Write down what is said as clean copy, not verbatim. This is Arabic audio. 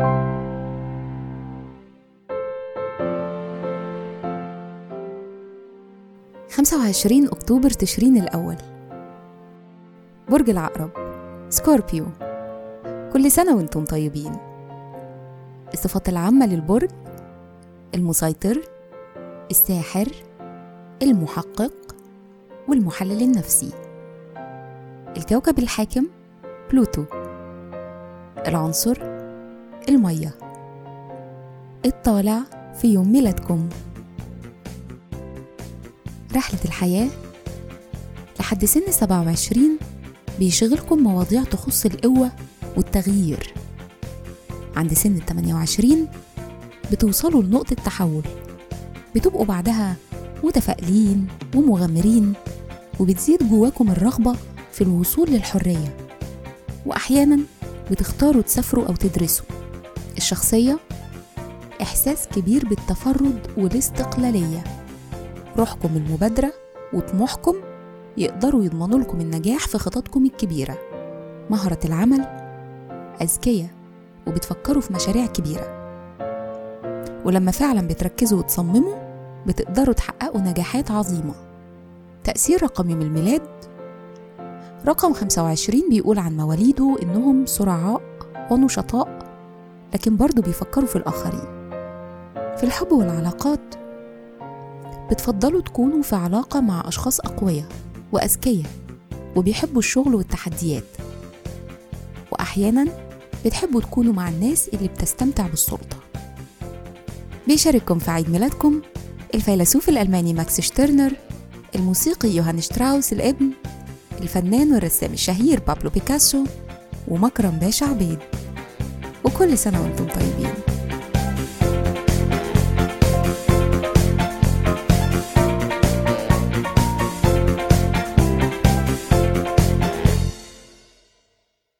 25 أكتوبر تشرين الأول. برج العقرب، سكوربيو. كل سنة وانتم طيبين. الصفات العامة للبرج: المسيطر، الساحر، المحقق، والمحلل النفسي. الكوكب الحاكم بلوتو. العنصر المية. الطالع في يوم ميلادكم. رحلة الحياة: لحد سن 27 بيشغلكم مواضيع تخص القوة والتغيير. عند سن 28 بتوصلوا لنقطة تحول، بتبقوا بعدها متفائلين ومغامرين، وبتزيد جواكم الرغبة في الوصول للحرية، وأحيانا بتختاروا تسافروا أو تدرسوا. الشخصية: إحساس كبير بالتفرد والاستقلالية. روحكم المبادرة وطموحكم يقدروا يضمنوا لكم النجاح في خططكم الكبيرة. مهارة العمل: أذكياء وبتفكروا في مشاريع كبيرة، ولما فعلا بتركزوا وتصمموا بتقدروا تحققوا نجاحات عظيمة. تأثير رقم يوم الميلاد: رقم 25 بيقول عن مواليده إنهم سرعاء ونشطاء، لكن برضو بيفكروا في الآخرين. في الحب والعلاقات بتفضلوا تكونوا في علاقة مع أشخاص أقوياء وأذكياء وبيحبوا الشغل والتحديات، وأحيانا بتحبوا تكونوا مع الناس اللي بتستمتع بالسلطة. بيشارككم في عيد ميلادكم الفيلسوف الألماني ماكس شتيرنر، الموسيقي يوهان شتراوس الابن، الفنان والرسام الشهير بابلو بيكاسو، ومكرم باشا عبيد. وكل سنة وانتم طيبين.